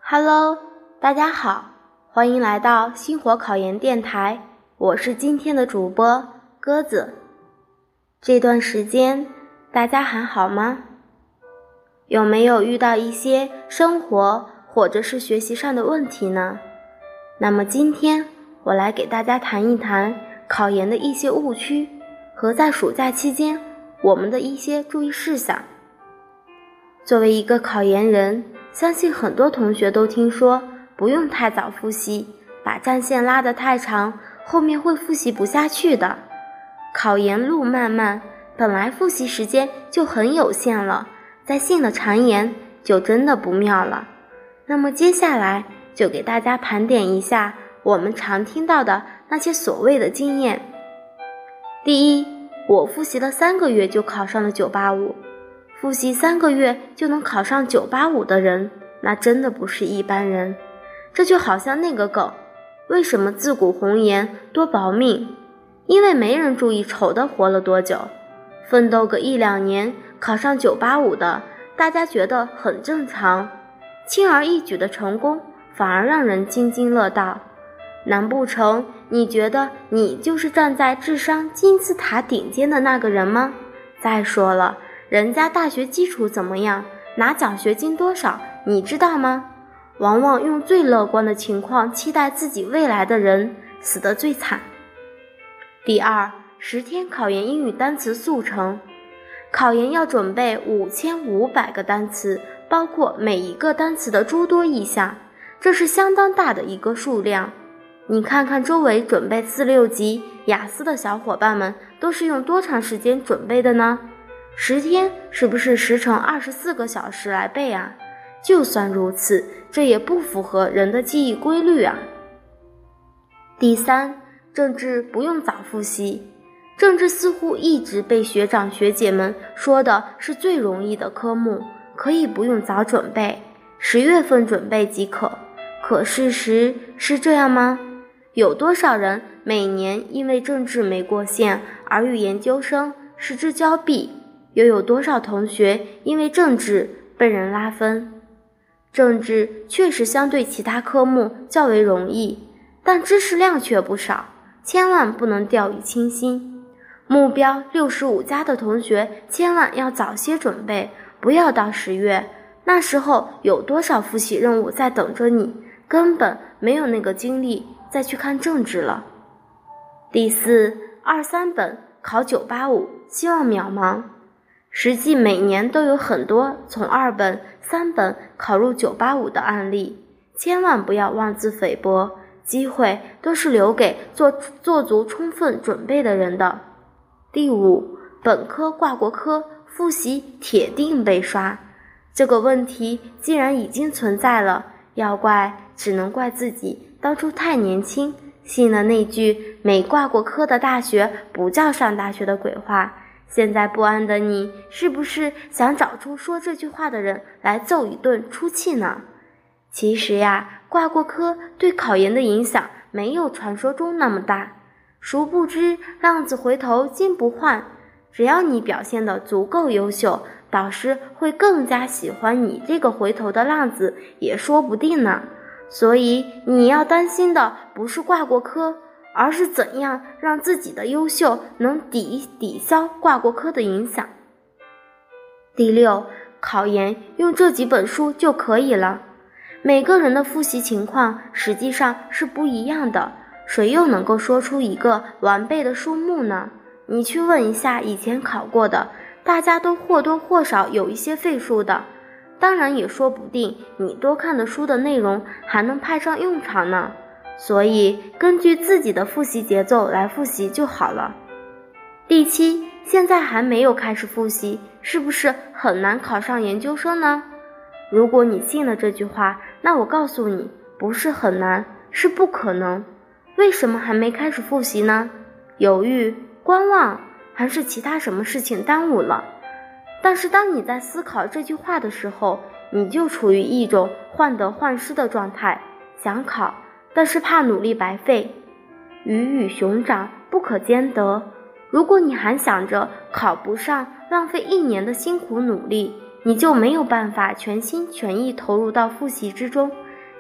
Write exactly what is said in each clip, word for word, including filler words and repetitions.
Hello， 大家好，欢迎来到星火考研电台，我是今天的主播鸽子。这段时间大家还好吗？有没有遇到一些生活或者是学习上的问题呢？那么今天我来给大家谈一谈考研的一些误区和在暑假期间我们的一些注意事项。作为一个考研人，相信很多同学都听说不用太早复习，把战线拉得太长，后面会复习不下去的。考研路漫漫，本来复习时间就很有限了，再信了谗言就真的不妙了。那么接下来就给大家盘点一下我们常听到的那些所谓的经验。第一，我复习了三个月就考上了九八五。复习三个月就能考上九八五的人，那真的不是一般人。这就好像那个梗，为什么自古红颜多薄命？因为没人注意丑的活了多久。奋斗个一两年考上九八五的，大家觉得很正常，轻而易举的成功反而让人津津乐道。难不成你觉得你就是站在智商金字塔顶尖的那个人吗？再说了，人家大学基础怎么样，拿奖学金多少，你知道吗？往往用最乐观的情况期待自己未来的人，死得最惨。第二，十天考研英语单词速成。考研要准备五千五百个单词，包括每一个单词的诸多意象，这是相当大的一个数量。你看看周围准备四六级、雅思的小伙伴们，都是用多长时间准备的呢？十天是不是十乘二十四个小时来背啊？就算如此，这也不符合人的记忆规律啊。第三，政治不用早复习。政治似乎一直被学长学姐们说的是最容易的科目，可以不用早准备，十月份准备即可。可事实是这样吗？有多少人每年因为政治没过线而与研究生失之交臂？又有多少同学因为政治被人拉分？政治确实相对其他科目较为容易，但知识量却不少，千万不能掉以轻心。目标六十五加的同学千万要早些准备，不要到十月，那时候有多少复习任务在等着你，根本没有那个精力再去看政治了。第四，二三本考九八五，希望渺茫。实际每年都有很多从二本、三本考入九八五的案例，千万不要妄自菲薄，机会都是留给做做足充分准备的人的。第五，本科挂过科，复习铁定被刷。这个问题既然已经存在了，要怪只能怪自己当初太年轻，信了那句没挂过科的大学不叫上大学的鬼话。现在不安的你，是不是想找出说这句话的人来揍一顿出气呢？其实呀，挂过科对考研的影响没有传说中那么大。殊不知浪子回头金不换，只要你表现得足够优秀，导师会更加喜欢你这个回头的浪子也说不定呢。所以你要担心的不是挂过科，而是怎样让自己的优秀能抵抵消挂过科的影响。第六，考研用这几本书就可以了。每个人的复习情况实际上是不一样的，谁又能够说出一个完备的书目呢？你去问一下以前考过的，大家都或多或少有一些废书的。当然也说不定你多看的书的内容还能派上用场呢。所以根据自己的复习节奏来复习就好了。第七，现在还没有开始复习，是不是很难考上研究生呢？如果你信了这句话，那我告诉你，不是很难，是不可能。为什么还没开始复习呢？犹豫、观望，还是其他什么事情耽误了？但是当你在思考这句话的时候，你就处于一种患得患失的状态，想考但是怕努力白费，鱼与熊掌不可兼得。如果你还想着考不上，浪费一年的辛苦努力，你就没有办法全心全意投入到复习之中，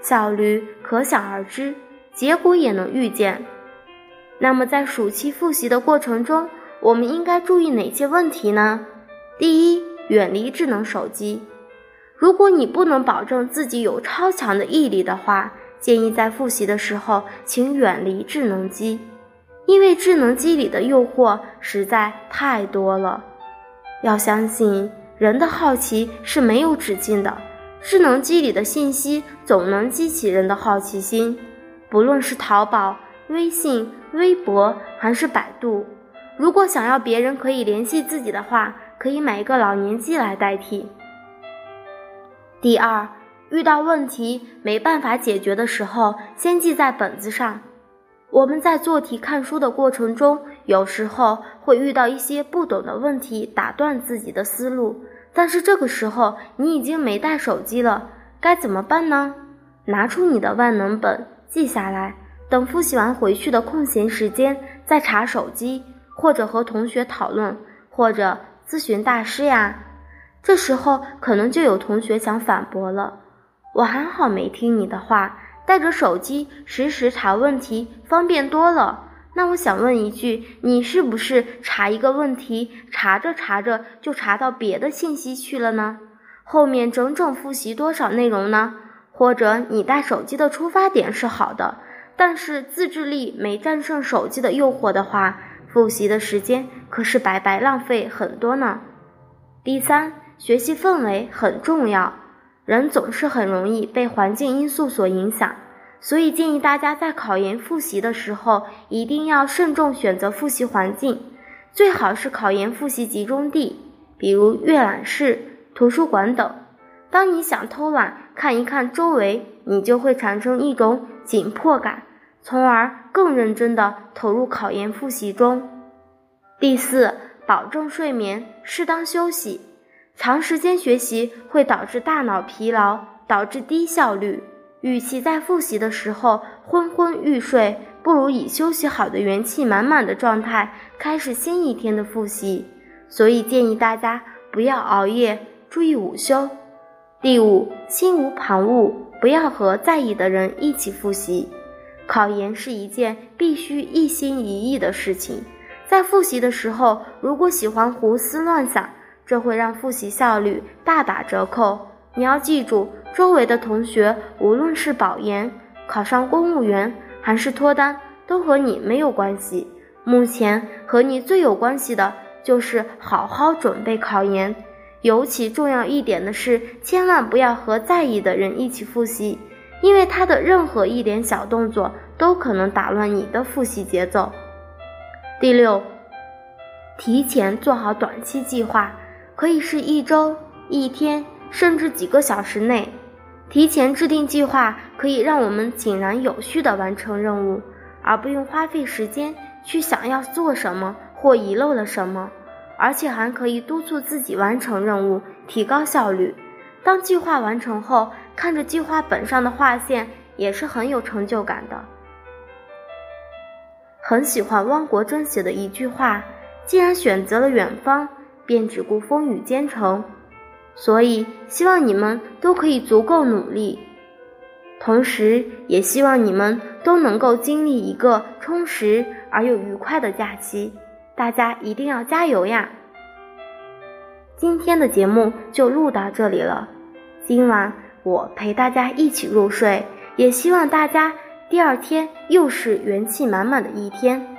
效率可想而知，结果也能预见。那么在暑期复习的过程中，我们应该注意哪些问题呢？第一，远离智能手机。如果你不能保证自己有超强的毅力的话，建议在复习的时候请远离智能机，因为智能机里的诱惑实在太多了。要相信人的好奇是没有止境的，智能机里的信息总能激起人的好奇心，不论是淘宝、微信、微博还是百度。如果想要别人可以联系自己的话，可以买一个老年机来代替。第二，遇到问题没办法解决的时候，先记在本子上。我们在做题看书的过程中，有时候会遇到一些不懂的问题，打断自己的思路，但是这个时候你已经没带手机了，该怎么办呢？拿出你的万能本，记下来，等复习完回去的空闲时间再查手机，或者和同学讨论，或者咨询大师呀。这时候可能就有同学想反驳了，我还好没听你的话，带着手机实时查问题方便多了。那我想问一句，你是不是查一个问题，查着查着就查到别的信息去了呢？后面整整复习多少内容呢？或者你带手机的出发点是好的，但是自制力没战胜手机的诱惑的话，复习的时间可是白白浪费很多呢。第三，学习氛围很重要，人总是很容易被环境因素所影响，所以建议大家在考研复习的时候一定要慎重选择复习环境，最好是考研复习集中地，比如阅览室、图书馆等。当你想偷懒看一看周围，你就会产生一种紧迫感，从而更认真地投入考研复习中。第四，保证睡眠，适当休息。长时间学习会导致大脑疲劳，导致低效率。与其在复习的时候昏昏欲睡，不如以休息好的元气满满的状态开始新一天的复习。所以建议大家不要熬夜，注意午休。第五，心无旁骛，不要和在意的人一起复习。考研是一件必须一心一意的事情，在复习的时候，如果喜欢胡思乱想，这会让复习效率大打折扣。你要记住，周围的同学无论是保研、考上公务员还是脱单，都和你没有关系。目前和你最有关系的就是好好准备考研。尤其重要一点的是，千万不要和在意的人一起复习，因为他的任何一点小动作都可能打乱你的复习节奏。第六，提前做好短期计划，可以是一周、一天，甚至几个小时内。提前制定计划可以让我们井然有序地完成任务，而不用花费时间去想要做什么或遗漏了什么，而且还可以督促自己完成任务，提高效率。当计划完成后，看着计划本上的划线也是很有成就感的。很喜欢汪国真写的一句话，既然选择了远方，便只顾风雨兼程。所以希望你们都可以足够努力，同时也希望你们都能够经历一个充实而又愉快的假期。大家一定要加油呀！今天的节目就录到这里了，今晚我陪大家一起入睡，也希望大家第二天又是元气满满的一天。